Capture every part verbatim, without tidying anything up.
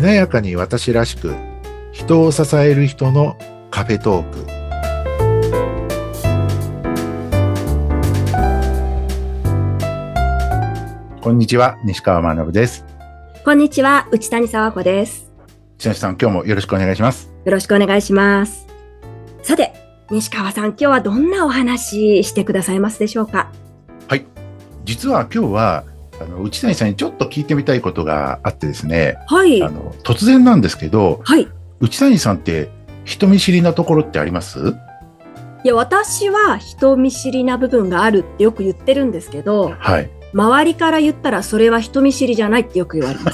華やかに私らしく、人を支える人のカフェトーク。こんにちは、西川学です。 こんにちは、内谷沢子です。 内谷さん、今日もよろしくお願いします。 よろしくお願いします。さて、西川さん、今日はどんなお話してくださいますでしょうか？ はい、実は今日はあの内谷さんにちょっと聞いてみたいことがあってですね、 はい、 あの突然なんですけど、 はい、 内谷さんって人見知りなところってあります？ いや、私は人見知りな部分があるってよく言ってるんですけど、 はい、 周りから言ったらそれは人見知りじゃないってよく言われます。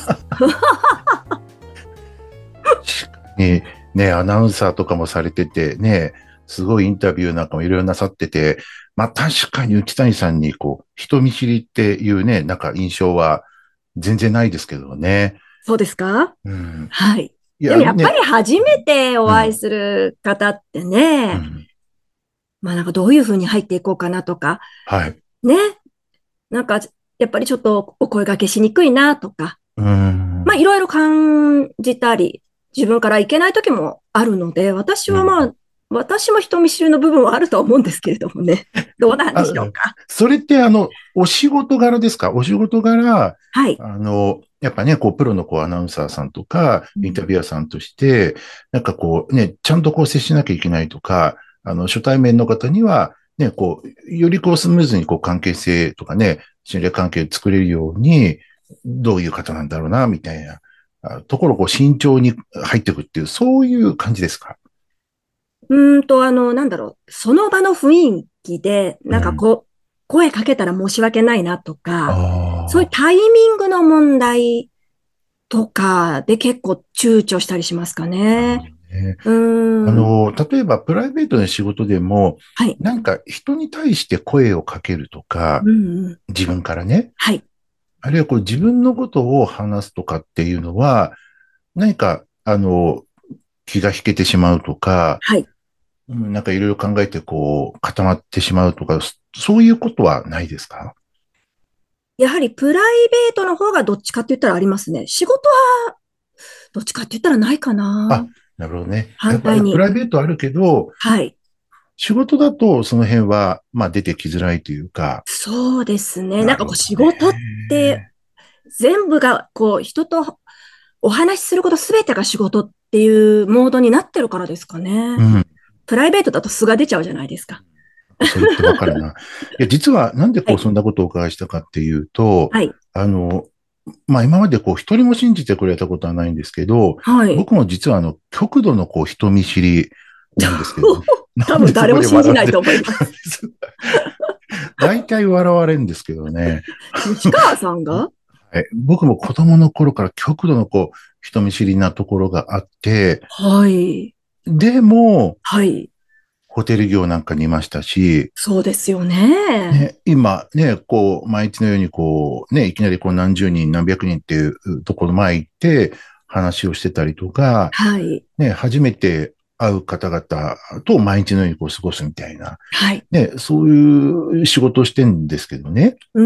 ね、ね、アナウンサーとかもされててね、すごいインタビューなんかもいろいろなさってて、まあ確かに内谷さんにこう人見知りっていうね、なんか印象は全然ないですけどね。 そうですか？ うん、 はい。 いやね、 でもやっぱり初めてお会いうん、 する方ってね、 うん、 まあなんかどういうふうに入っていこうかなとか、 はい、 ね、なんかやっぱりちょっとお声掛けしにくいなとか、 うん、 まあいろいろ感じたり、自分からいけない時もあるので、私うん。 はまあ、私も人見知りの部分はあると思うんですけれどもね。どうなんであ、 しょうか。 それってあの、お仕事柄ですか？お仕事柄、 はい。 あの、やっぱね、こう、プロのこう、アナウンサーさんとか、インタうん、 ビュアーさんとして、なんかこう、ね、ちゃんとこう接しなきゃいけないとか、あの、初対面の方には、ね、こう、よりこう、スムーズにこう、関係性とかね、信頼関係を作れるように、どういう方なんだろうな、みたいな、あところをこう、慎重に入っていくっていう、そういう感じですか？ うーんと、あの、なんだろう、その場の雰囲気で、 うん。 なんかこう、声かけたら申し訳ないなとか、そういうあタイミングの問題とかで結構躊躇したりしますかあ、なるほね。 どね。 うーん。 あの、例えばプライベートの仕事でも、 はい。 なんか人に対して声をかけるとか、 うんうん。 自分からね、 はい。 あるいはこう自分のことを話すとかっていうのは、何か、あの、気が引けてしまうとか、 はい。 うんなんかいろいろ考えてこう固まってしまうとか、そそういうことはないですか？ やはりプライベートの方がどっちかって言ったらありますね。仕事はどっちかって言ったらないかな。 あ、なるほどね。やっぱりプ反対に。 ライベートあるけど、 はい。 仕事だとその辺は、まあ出てきづらいというか、 そうですね。なんかこうなるほど仕事ってね。 全部がこう人とお話しすることすべてが仕事っていうモードになってるからですかね。 うん。 プライベートだと素が出ちゃうじゃないですか。 そう言ってわかるな。いや、実はなんではい。 こうそんなことをお伺いしたかっていうと、 はい。 あの、まあ今までこう一人も信じてくれたことはないんですけど、 はい。 僕も実はあの、極度のこう人見知りなんですけど、 多なんでそこ分誰もで笑って、 信じないと思います。 大体笑われるんですけどね。 西川さんが？ はい、僕も子供の頃から極度のこう人見知りなところがあって、 はい。 でも、 はい。 ホテル業なんかにいましたし、 そうですよね。 ね、今ね、こう、毎日のようにこう、ね、いきなりこう何十人、何百人っていうところ前行って話をしてたりとか、 はい。 ね、初めて会う方々と毎日のようにこう過ごすみたいな、 はい。 ね、そういう仕事をしてんですけどね。 うん。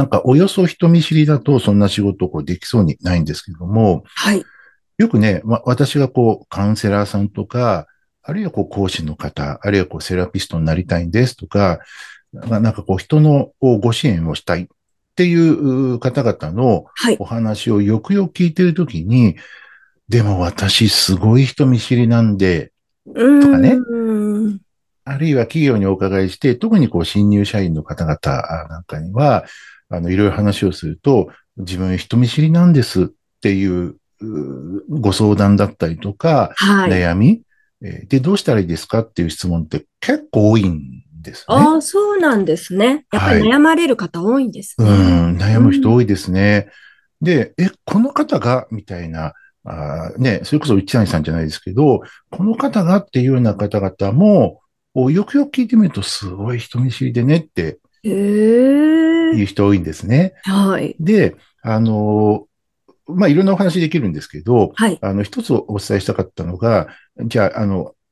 なんかおよそ人見知りだとそんな仕事をこうできそうにないんですけども、 はい。 よくね、ま、私がこう、カウンセラーさんとか、あるいはこう、講師の方、あるいはこう、セラピストになりたいんですとか、ななんかこう、人のご支援をしたいっていう方々のはい。 お話をよくよく聞いているときに、でも私すごい人見知りなんで、 うとかね、 ーん。 あるいは企業にお伺いして、特にこう、新入社員の方々なんかには、あの、いろいろ話をすると、自分人見知りなんですっていうご相談だったりとか、 はい。 悩み、えーで、どうしたらいいですかっていう質問って結構多いんですね。 ああ、そうなんですね。やっぱりはい。 悩まれる方多いんですうね。 ん、悩うん。 む人多いですね。で、え、この方が、みたいな、あーね、それこそ内谷さんじゃないですけど、この方がっていうような方々も、よくよく聞いてみると、すごい人見知りでねってへえ。 いう人多いんですね。 はい。 で、あの、まあ、いろんなお話できるんですけど、 はい。 あの、一つお伝えしたかったのが、じゃあ、あの、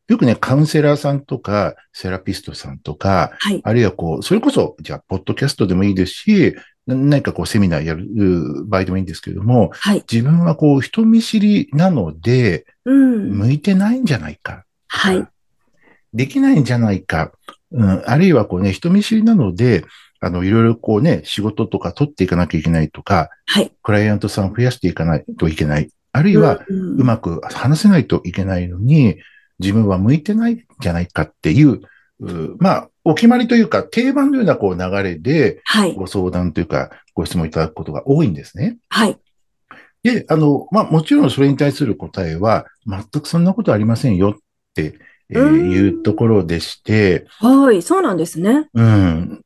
よくね、カウンセラーさんとか、セラピストさんとか、 はい。 あるいはこう、それこそ、じゃあ、ポッドキャストでもいいですし、な何かこう、セミナーやる場合でもいいんですけれども、 はい。 自分はこう、人見知りなので、 うん。 向いてないんじゃないかとはい。 か、できないんじゃないか、うん、あるいはこうね、人見知りなので、あの、いろいろこうね、仕事とか取っていかなきゃいけないとか、 はい。 クライアントさんを増やしていかないといけない。あるいうん。 は、 うん。 うまく話せないといけないのに、自分は向いてないんじゃないかっていう、うまあ、お決まりというか、定番のようなこう流れで、 はい。 ご相談というか、ご質問いただくことが多いんですね。 はい。 で、あの、まあ、もちろんそれに対する答えは、全くそんなことありませんよって、えーういうとん。 ころでして、 はい。そうなんですね。 うん。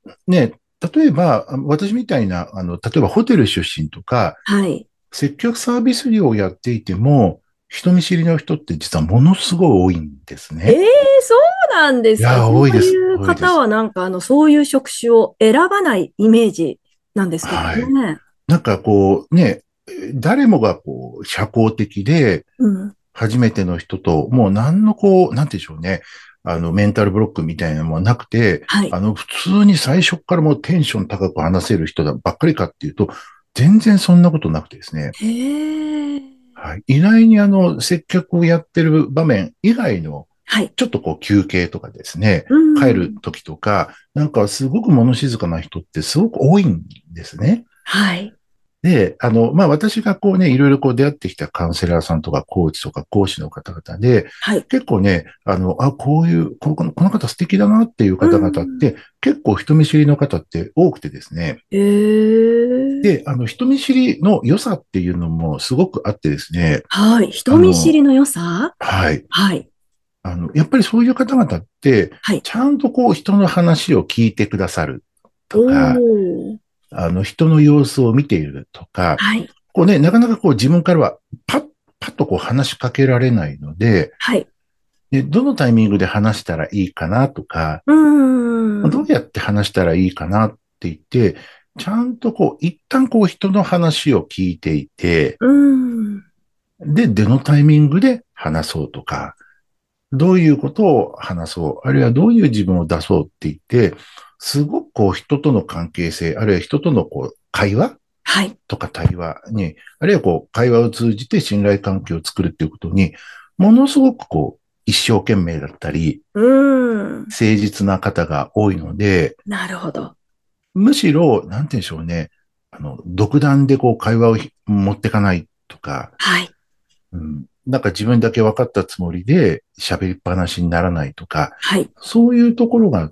ね、例えば、私みたいな、あの、例えばホテル出身とか、 はい。 接客サービス業をやっていても、人見知りの人って実はものすごい多いんですね。 ええ、そうなんですか。 いやー、 そ多いです。 ういう多いです。 方はなんか、あの、そういう職種を選ばないイメージなんですけどはい。 ね。 なんかこう、ね、誰もがこう、社交的で、 うん。 初めての人と、もう何のこう、なんて言うんでしょうね。あの、メンタルブロックみたいなのもなくて、 はい。 あの、普通に最初からもうテンション高く話せる人だばっかりかっていうと、全然そんなことなくてですね。 へえ。 はい。意外にあの、接客をやってる場面以外の、 はい。 ちょっとこう休憩とかですね、 う帰るん。 時とか、なんかすごく物静かな人ってすごく多いんですね。 はい。 で、あの、まあ、私がこうね、いろいろこう出会ってきたカウンセラーさんとかコーチとか講師の方々で、 はい。 結構ね、あの、あ、こういう、このこの方素敵だなっていうう方々っん。 て、結構人見知りの方って多くてですね。 へえ。 で、あの、人見知りの良さっていうのもすごくあってですね、 はい。人あの、 見知りの良さ。 はい。 はい。 あの、やっぱりそういう方々って、 はい。 ちゃんとこう人の話を聞いてくださるおとか、 ー。 あの、人の様子を見ているとか、 はい。 こうね、なかなかこう自分からはパッ、パッとこう話しかけられないので、 はい。 で、どのタイミングで話したらいいかなとか、 うーん。 どうやって話したらいいかなって言って、ちゃんとこう、一旦こう人の話を聞いていて、 うーん。 で、どのタイミングで話そうとか、どういうことを話そう、あるいはどういう自分を出そうって言って、すごくこう人との関係性、あるいは人とのこう会話はい。 とか対話に、あるいはこう会話を通じて信頼関係を作るっていうことに、ものすごくこう一生懸命だったり、 うーん。 誠実な方が多いので、 なるほど。 むしろ、なんて言うんでしょうね、あの、独断でこう会話を持ってかないとか、 はい。 うん、なんか自分だけ分かったつもりで喋りっぱなしにならないとか、 はい。 そういうところがあって、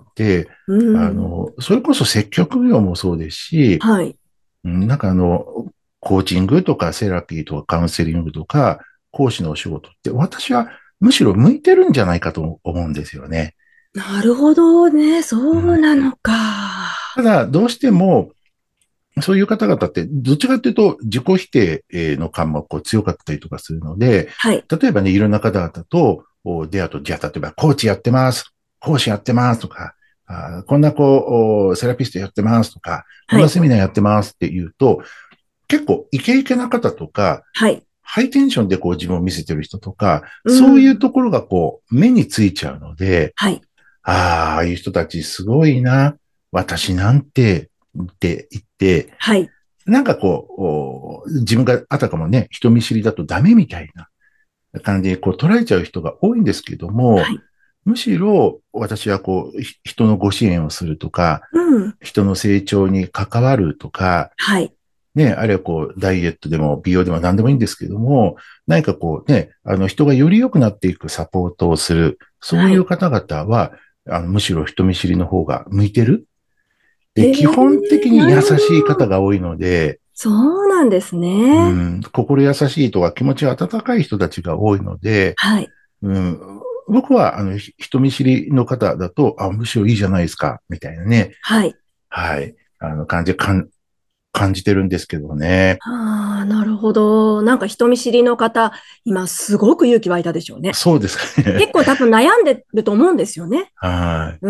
うーん。 あの、それこそ接客業もそうですし、 はい。 うんなんかあの、コーチングとかセラピーとかカウンセリングとか、講師のお仕事って私はむしろ向いてるんじゃないかと思うんですよね。 なるほどね。そうん、 うなのか。 ただ、どうしても、そういう方々って、どっちかっていうと、自己否定の感もこう強かったりとかするので、 はい。 例えばね、いろんな方々と出会うと、じゃあ、例えば、コーチやってます、講師やってますとか、あこんなこう、セラピストやってますとか、こんはい。 なセミナーやってますって言うと、結構イケイケな方とか、 はい。 ハイテンションでこう自分を見せてる人とか、 うそういうん。 ところがこう、目についちゃうので、 はい。 ああ、ああいう人たちすごいな、私なんて、って言って、 はい。 なんかこう、自分があたかもね、人見知りだとダメみたいな感じでこう捉えちゃう人が多いんですけども、 はい。 むしろ私はこう、人のご支援をするとか、 うん。 人の成長に関わるとか、 はい。 ね、あるいはこう、ダイエットでも美容でも何でもいいんですけども、何かこうね、あの人がより良くなっていくサポートをする、そうはい。 いう方々は、あのむしろ人見知りの方が向いてる。で、 へ基本的え、 に優なるほしい方ど。 が多いので、 そうなんですね。 うん、心優しいとか気持ち温かい人たちが多いので、 はい。 うん、僕はあの人見知りの方だと、あ、むしろいいじゃないですか、みたいなね。 はい。 はい。あの感じ、感感じてるんですけどね。 ああ、なるほど。なんか人見知りの方、今すごく勇気湧いたでしょうね。 そうですね。 結構多分悩んでると思うんですよね。 はい。 うん。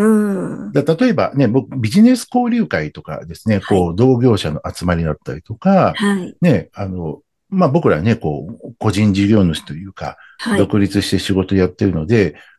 だ例えばね、僕、ビジネス交流会とかですね、 はい。 こう、同業者の集まりだったりとか、 はい。 ね、あの、まあ、僕らね、こう、個人事業主というか、 はい。 独立して仕事やってるので、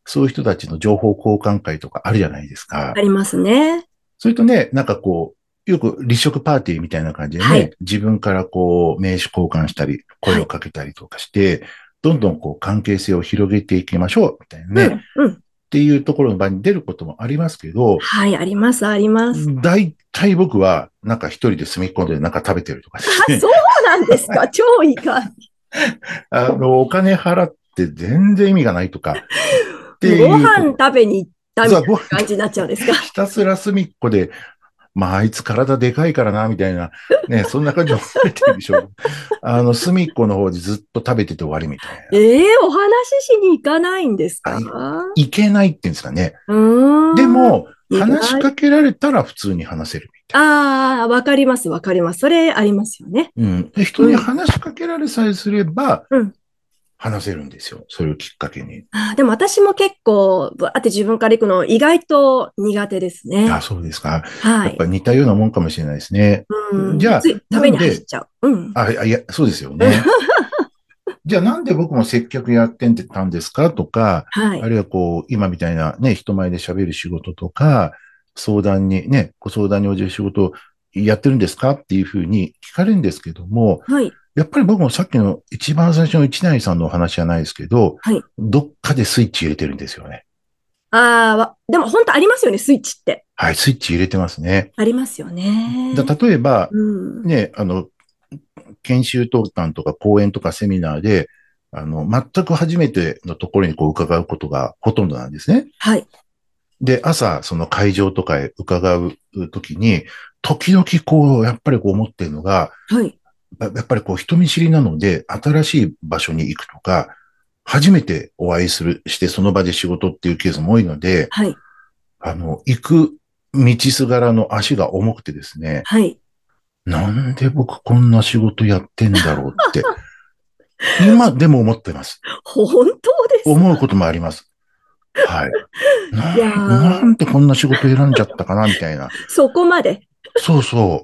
そういう人たちの情報交換会とかあるじゃないですか。 ありますね。 それとね、なんかこう、よく立食パーティーみたいな感じでね、 はい。 自分からこう、名刺交換したり、声をはい。 かけたりとかして、どんどんこう、関係性を広げていきましょう、みたいなね、っうん、うん。 ていうところの場に出ることもありますけど、 はい、あります、あります。 大体僕は、なんか一人で隅っこでなんか食べてるとかですあ、 ね。 そうなんですか。超意外。 あの、お金払って全然意味がないとか、ってもうごいうこと。 飯食べに行ったみたいそう、ごな感じになっちゃうんですか。 ひたすら隅っこで、まあ、あいつ体でかいからな、みたいな、ね、そんな感じで思われてるでしょう。あの、隅っこの方でずっと食べてて終わりみたいな。 ええ、お話ししに行かないんですあ、 か？ い、いけないって言うんですかね。 うーん。 でも、 意外。 話しかけられたら普通に話せるみたいああ、わかります、わかります。それありますよね。 な。うん。で、人にうん。 話しかけられさえすれば、 うん。 話せるんですよ。それをきっかけに。 あー、でも私も結構、ぶわーって自分から行くの意外と苦手ですあ、 ね。 そうですか。やっぱはい。 り似たようなもんかもしれないですね。 うん。 じゃあ、 つい食べに走っなんで、 ちゃう。うん。 あ、いや、そうですよね。じゃあなんで僕も接客やってんってたんですかとか、 はい。 あるいはこう、今みたいなね、人前で喋る仕事とか、相談にね、ご相談に応じる仕事をやってるんですかっていうふうに聞かれるんですけども、 はい。 やっぱり僕もさっきの一番最初の一内さんのお話じゃないですけど、 はい。 どっかでスイッチ入れてるんですよね。 ああ、わでも本当ありますよね、スイッチって。 はい、スイッチ入れてますね。 ありますよだね。 例えば、 うん。 ね、あの、研修登壇とか講演とかセミナーで、あの、全く初めてのところにこう伺うことがほとんどなんですね。 はい。 で、朝、その会場とかへ伺うときに、時々こう、やっぱりこう思ってるのが、 はい。 ややっぱりこう人見知りなので、新しい場所に行くとか、初めてお会いする、してその場で仕事っていうケースも多いので、 はい。 あの、行く道すがらの足が重くてですね、 はい。 なんで僕こんな仕事やってんだろうって、今でも思ってます。 本当ですか？ 思うこともあります。はい。 いやな、なー、 んでこんな仕事選んじゃったかな、みたいな。 そこまで。 そうそう。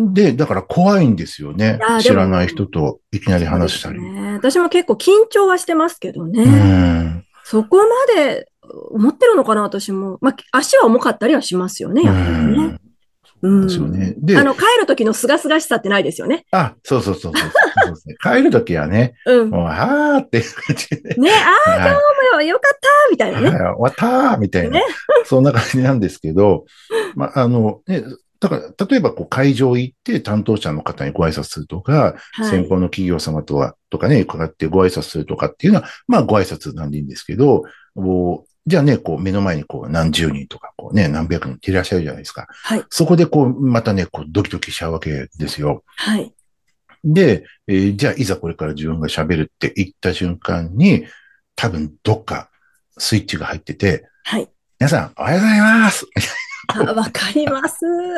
で、だから怖いんですよね。 いやー、で知らないも、 人といきなりそうで話したり。 すね。私も結構緊張はしてますけどうーね。 ん。 そこまで思ってるのかな、私も。まあ、足は重かったりはしますよね、 うーやっぱりね。 ん。 うなんですよね。 ん。あで、 の、帰る時のすがすがしさってないですよね。 あ、そうそうそうそうそうですね。帰るときはね、 うん。 もう、はーっていう感じで、 ね、ああ、 はい。 今日もよかったみたいなはい、 ね。 終わったーみたいな、 ね。 そんな感じなんですけど、まあ、あの、ね、だから、例えば、こう、会場行って担当者の方にご挨拶するとか、 はい。 先方の企業様とは、とかね、伺ってご挨拶するとかっていうのは、まあ、ご挨拶なんでいいんですけど、こうじゃあね、こう、目の前にこう、何十人とか、こうね、何百人っていらっしゃるじゃないですか。 はい。 そこでこう、またね、こう、ドキドキしちゃうわけですよ。 はい。 で、えーじゃあ、いざこれから自分が喋るって言った瞬間に、多分どっかスイッチが入ってて、 はい。 皆さん、おはようございます。 あ、わかります。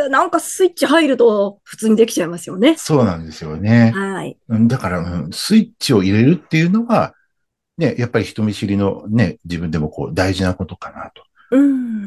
なんかスイッチ入ると普通にできちゃいますよね。 そうなんですよね。 はい。 うんだから、うんスイッチを入れるっていうのは、ね、やっぱり人見知りのね、自分でもこう大事なことかなと。 うん。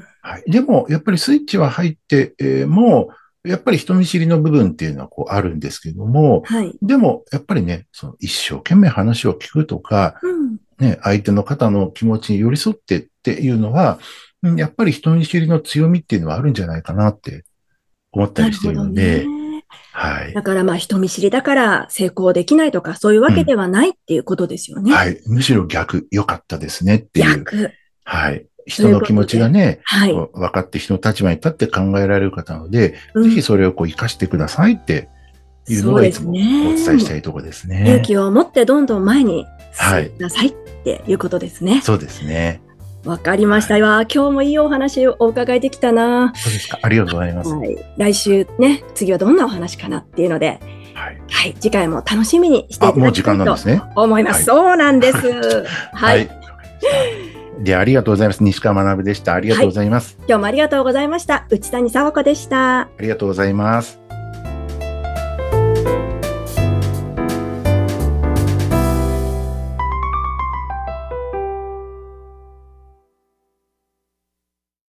はい。でも、やっぱりスイッチは入って、えーもう、やっぱり人見知りの部分っていうのはこうあるんですけども、 はい。 でも、やっぱりね、その一生懸命話を聞くとか、 うん。 ね、相手の方の気持ちに寄り添ってっていうのは、うんやっぱり人見知りの強みっていうのはあるんじゃないかなって思ったりしているなるほどので、 ね。 はい。 だからまあ人見知りだから成功できないとかそういうわうん。 けではないっていうことですよね。 はい。むしろ逆、良かったですねっていう。 逆はい。 という人の気持ことで。 ちがね、 はい。 こう分かって人の立場に立って考えられる方なので、 うん。 ぜひそれをこう活かしてくださいっていうのそうですがいつもお伝えしたね。 いところです勇ね。 気を持ってどんどん前に進はい。 んでくださいっていうことですね。 そうですね。 わかりました。 はい。 わあ、今日もいいお話をお伺いできたな。 そうですか。ありがとうございます。 はい。来週ね、次はどんなお話かなっていうので、 はい。 はい。次回も楽しみにしてあ、 いたもう時だきたいと間なんですね。 思います。 はい。 そうなんでわかりましす。 た。 はい。 はい。わかりました。で、ありがとうございます。西川学でした。ありがとうごはい。 ざいます。 今日もありがとうございました。内谷沙和子でした。 ありがとうございます。